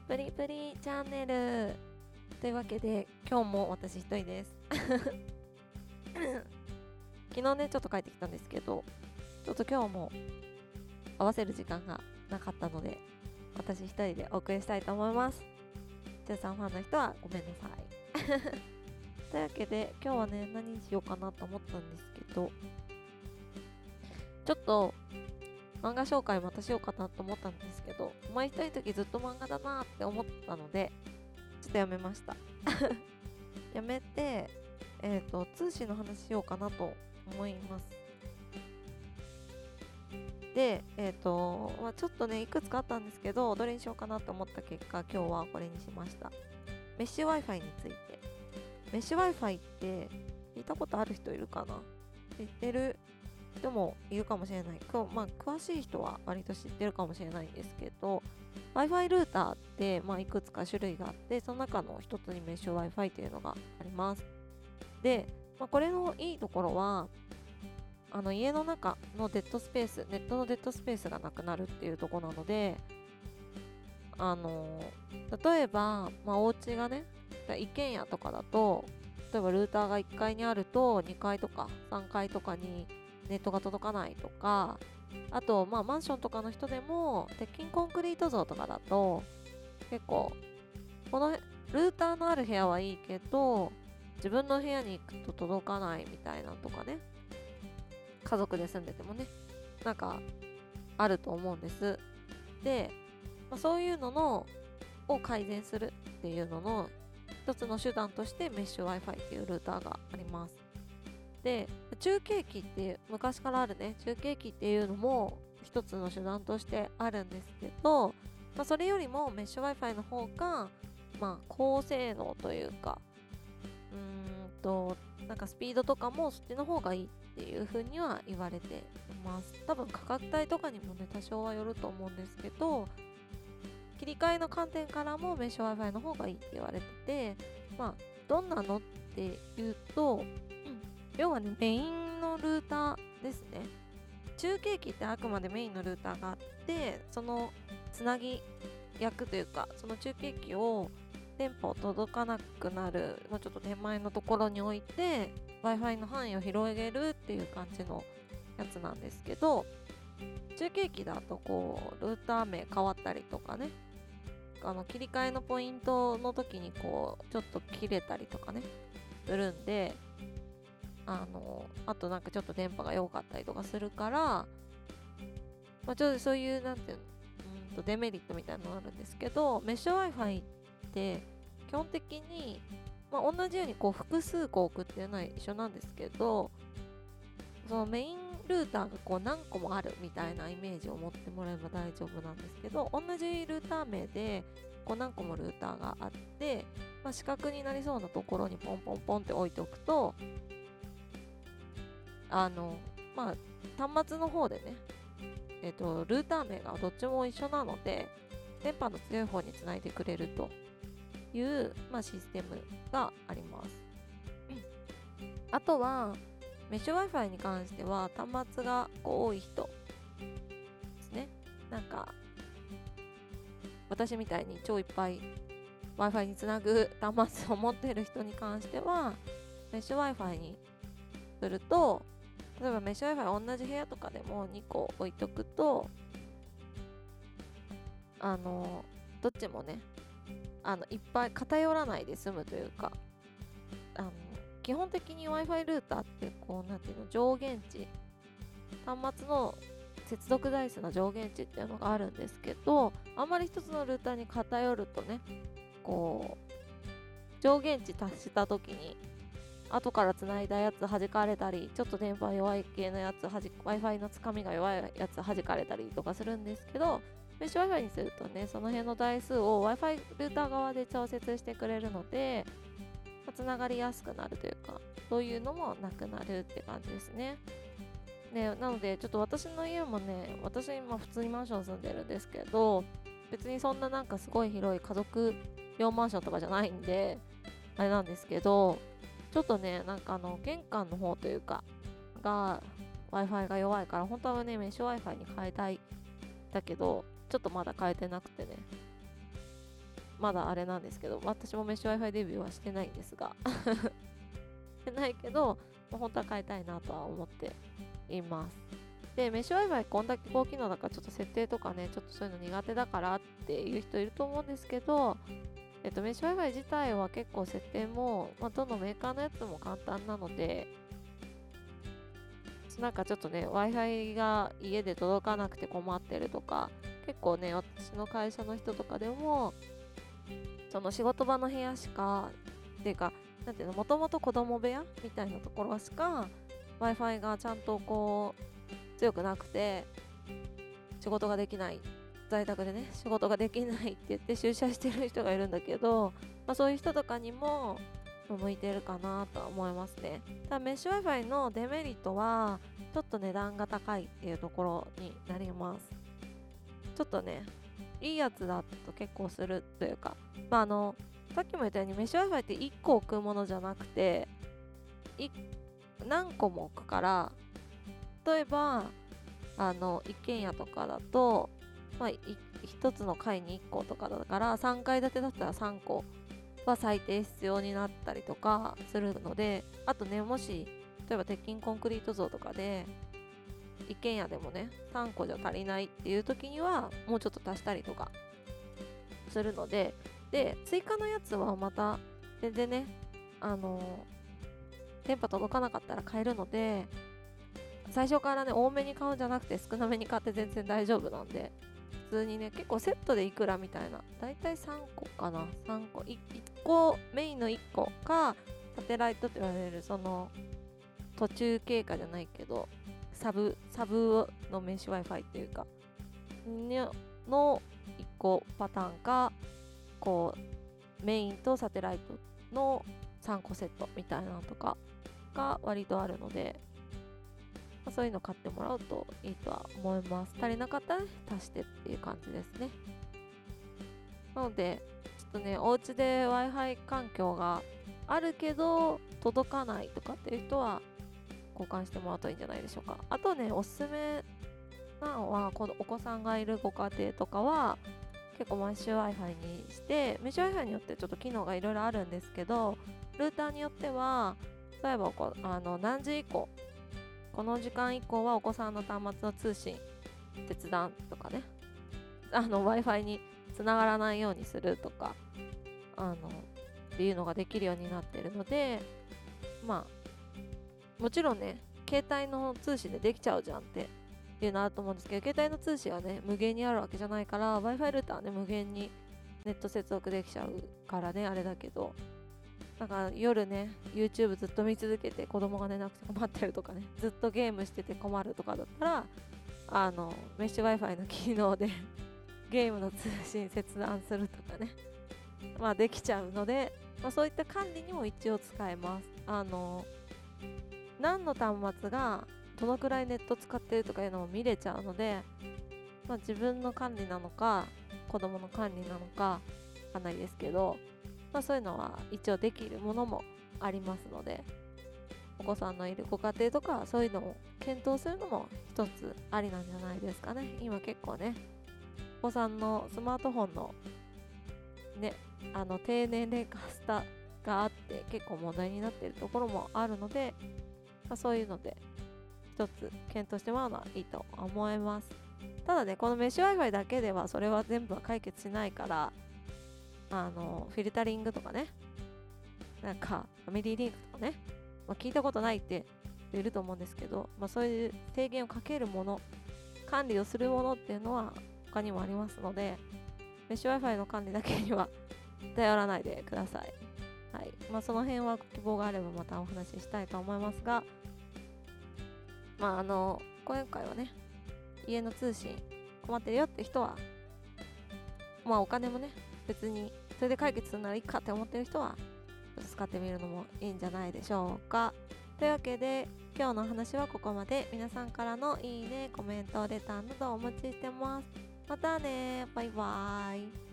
プリプリチャンネルというわけで、今日も私一人です昨日ねちょっと帰ってきたんですけど、ちょっと今日も合わせる時間がなかったので、私一人でお送りしたいと思います。ジュさんファンの人はごめんなさいというわけで、今日はね何にしようかなと思ったんですけど、ちょっと漫画紹介またしようかなと思ったんですけど、前一人の時ずっと漫画だなって思ったのでちょっとやめましたやめて、通信の話しようかなと思います。で、ちょっとねいくつかあったんですけど、どれにしようかなと思った結果、今日はこれにしました。メッシュ Wi-Fi について。メッシュ Wi-Fi って聞いたことある人いるかな？知ってる人もいるかもしれない。詳しい人は割と知ってるかもしれないんですけど、Wi-Fi ルーターって、いくつか種類があって、その中の一つにメッシュ Wi-Fi というのがあります。で、これのいいところは、家の中のデッドスペース、ネットのデッドスペースがなくなるっていうところなので、例えば、お家がね、一軒家とかだと、例えばルーターが1階にあると2階とか3階とかにネットが届かないとか、あとマンションとかの人でも鉄筋コンクリート像とかだと結構このルーターのある部屋はいいけど自分の部屋に行くと届かないみたいなとかね、家族で住んでてもねなんかあると思うんです。で、そういうのを改善するっていうのの一つの手段としてメッシュ Wi-Fi っていうルーターがあります。で、中継機っていう昔からあるね中継機っていうのも一つの手段としてあるんですけど、それよりもメッシュ Wi-Fi の方が高性能というか、なんかスピードとかもそっちの方がいいっていう風には言われています。多分価格帯とかにもね多少はよると思うんですけど、切り替えの観点からもメッシュ Wi-Fi の方がいいって言われてて、どんなのっていうと、要はねメインのルーターですね。中継機ってあくまでメインのルーターがあって、そのつなぎ役というか、その中継機を電波を届かなくなる、ちょっと手前のところに置いて Wi-Fi の範囲を広げるっていう感じのやつなんですけど、中継機だとこうルーター名変わったりとかね、切り替えのポイントの時にこうちょっと切れたりとかねするんで、あとなんかちょっと電波が良かったりとかするから、ちょっとそういうなんていうの、デメリットみたいなのがあるんですけど、メッシュ Wi-Fi って基本的に、同じようにこう複数個送っていうのは一緒なんですけど、そのメインルーターがこう何個もあるみたいなイメージを持ってもらえば大丈夫なんですけど、同じルーター名でこう何個もルーターがあって、四角になりそうなところにポンポンポンって置いておくと、端末の方でね、ルーター名がどっちも一緒なので、電波の強い方につないでくれるという、システムがあります。あとはメッシュ Wi-Fi に関しては端末が多い人ですね。なんか私みたいに超いっぱい Wi-Fi につなぐ端末を持っている人に関しては、メッシュ Wi-Fi にすると、例えばメッシュ Wi-Fi 同じ部屋とかでも2個置いとくと、どっちもねいっぱい偏らないで済むというか、基本的に Wi-Fi ルーターってこうなんていうの、上限値、端末の接続台数の上限値っていうのがあるんですけど、あんまり一つのルーターに偏るとね、こう上限値達した時に後からつないだやつ弾かれたり、ちょっと電波弱い系のやつWi-Fi のつかみが弱いやつ弾かれたりとかするんですけど、メッシュ Wi-Fi にするとね、その辺の台数を Wi-Fi ルーター側で調節してくれるので、つながりやすくなるというか、そういうのもなくなるって感じですね。なのでちょっと私の家もね、私今普通にマンション住んでるんですけど、別にそんななんかすごい広い家族用マンションとかじゃないんであれなんですけど、ちょっとねなんか玄関の方というかが Wi-Fi が弱いから、本当はねメッシュ Wi-Fi に変えたいだけど、ちょっとまだ変えてなくてね、 まだあれなんですけど、私もメッシュ Wi-Fi デビューはしてないんですがしてないけど、本当は変えたいなとは思っています。で、メッシュ Wi-Fi こんだけ高機能だからちょっと設定とかね、ちょっとそういうの苦手だからっていう人いると思うんですけど、メッシュ Wi-Fi 自体は結構設定も、どのメーカーのやつも簡単なので、なんかちょっとね、Wi-Fi が家で届かなくて困ってるとか、結構ね、私の会社の人とかでも、その仕事場の部屋しか、っていうか、なんていうの、もともと子供部屋みたいなところしか Wi-Fi がちゃんとこう強くなくて仕事ができない、在宅でね仕事ができないって言って出社してる人がいるんだけど、そういう人とかにも向いてるかなとは思いますね。ただメッシュ Wi-Fi のデメリットはちょっと値段が高いっていうところになります。ちょっとね、いいやつだと結構するというか、さっきも言ったようにメッシュ Wi-Fi って1個置くものじゃなくて何個も置くから、例えば一軒家とかだと、1つの階に1個とかだから3階建てだったら3個は最低必要になったりとかするので、あとね、もし例えば鉄筋コンクリート像とかで一軒家でもね3個じゃ足りないっていう時にはもうちょっと足したりとかするので、追加のやつはまた全然ね、電波届かなかったら買えるので、最初からね多めに買うんじゃなくて少なめに買って全然大丈夫なんで、普通にね結構セットでいくらみたいな、だいたい3個かな、3個 1個メインの1個かサテライトって言われるその途中経過じゃないけどサブのメッシュ Wi-Fi っていうかの1個パターンか、こうメインとサテライトの3個セットみたいなのとかが割とあるので、そういうの買ってもらうといいとは思います。足りなかったら足してっていう感じですね。なのでちょっとね、お家で Wi-Fi 環境があるけど届かないとかっていう人は交換してもらうといいんじゃないでしょうか。あとね、おすすめなのは、このお子さんがいるご家庭とかは結構メッシュ Wi-Fi にして、メッシュ Wi-Fi によってちょっと機能がいろいろあるんですけど、ルーターによっては例えば何時以降、この時間以降はお子さんの端末の通信切断とかね、Wi-Fi につながらないようにするとかっていうのができるようになってるので、もちろんね携帯の通信でできちゃうじゃんっていうのあると思うんですけど、携帯の通信はね無限にあるわけじゃないから、 Wi-Fi ルーターはね無限にネット接続できちゃうからねあれだけど、なんか夜ね YouTube ずっと見続けて子供が寝なくて困ってるとかね、ずっとゲームしてて困るとかだったらメッシュ Wi-Fi の機能でゲームの通信切断するとかね、できちゃうので、そういった管理にも一応使えます。何の端末がどのくらいネット使ってるとかいうのも見れちゃうので、自分の管理なのか子供の管理なのかわかんないですけど、そういうのは一応できるものもありますので、お子さんのいるご家庭とかそういうのを検討するのも一つありなんじゃないですかね。今結構ね、お子さんのスマートフォンのね低年齢化したがあって結構問題になっているところもあるので、そういうので一つ検討してもらうのはいいと思います。ただね、このメッシュ Wi-Fi だけではそれは全部は解決しないから、フィルタリングとかね、なんかファミリーリンクとかね、聞いたことないっていると思うんですけど、そういう制限をかけるもの、管理をするものっていうのは他にもありますので、メッシュ Wi-Fi の管理だけには頼らないでください。はい。その辺は希望があればまたお話ししたいと思いますが、今回はね、家の通信困ってるよって人は、お金もね、別にそれで解決するならいいかって思ってる人は、ちょっと使ってみるのもいいんじゃないでしょうか。というわけで、今日の話はここまで。皆さんからのいいね、コメント、レターなどお待ちしてます。またね、バイバーイ。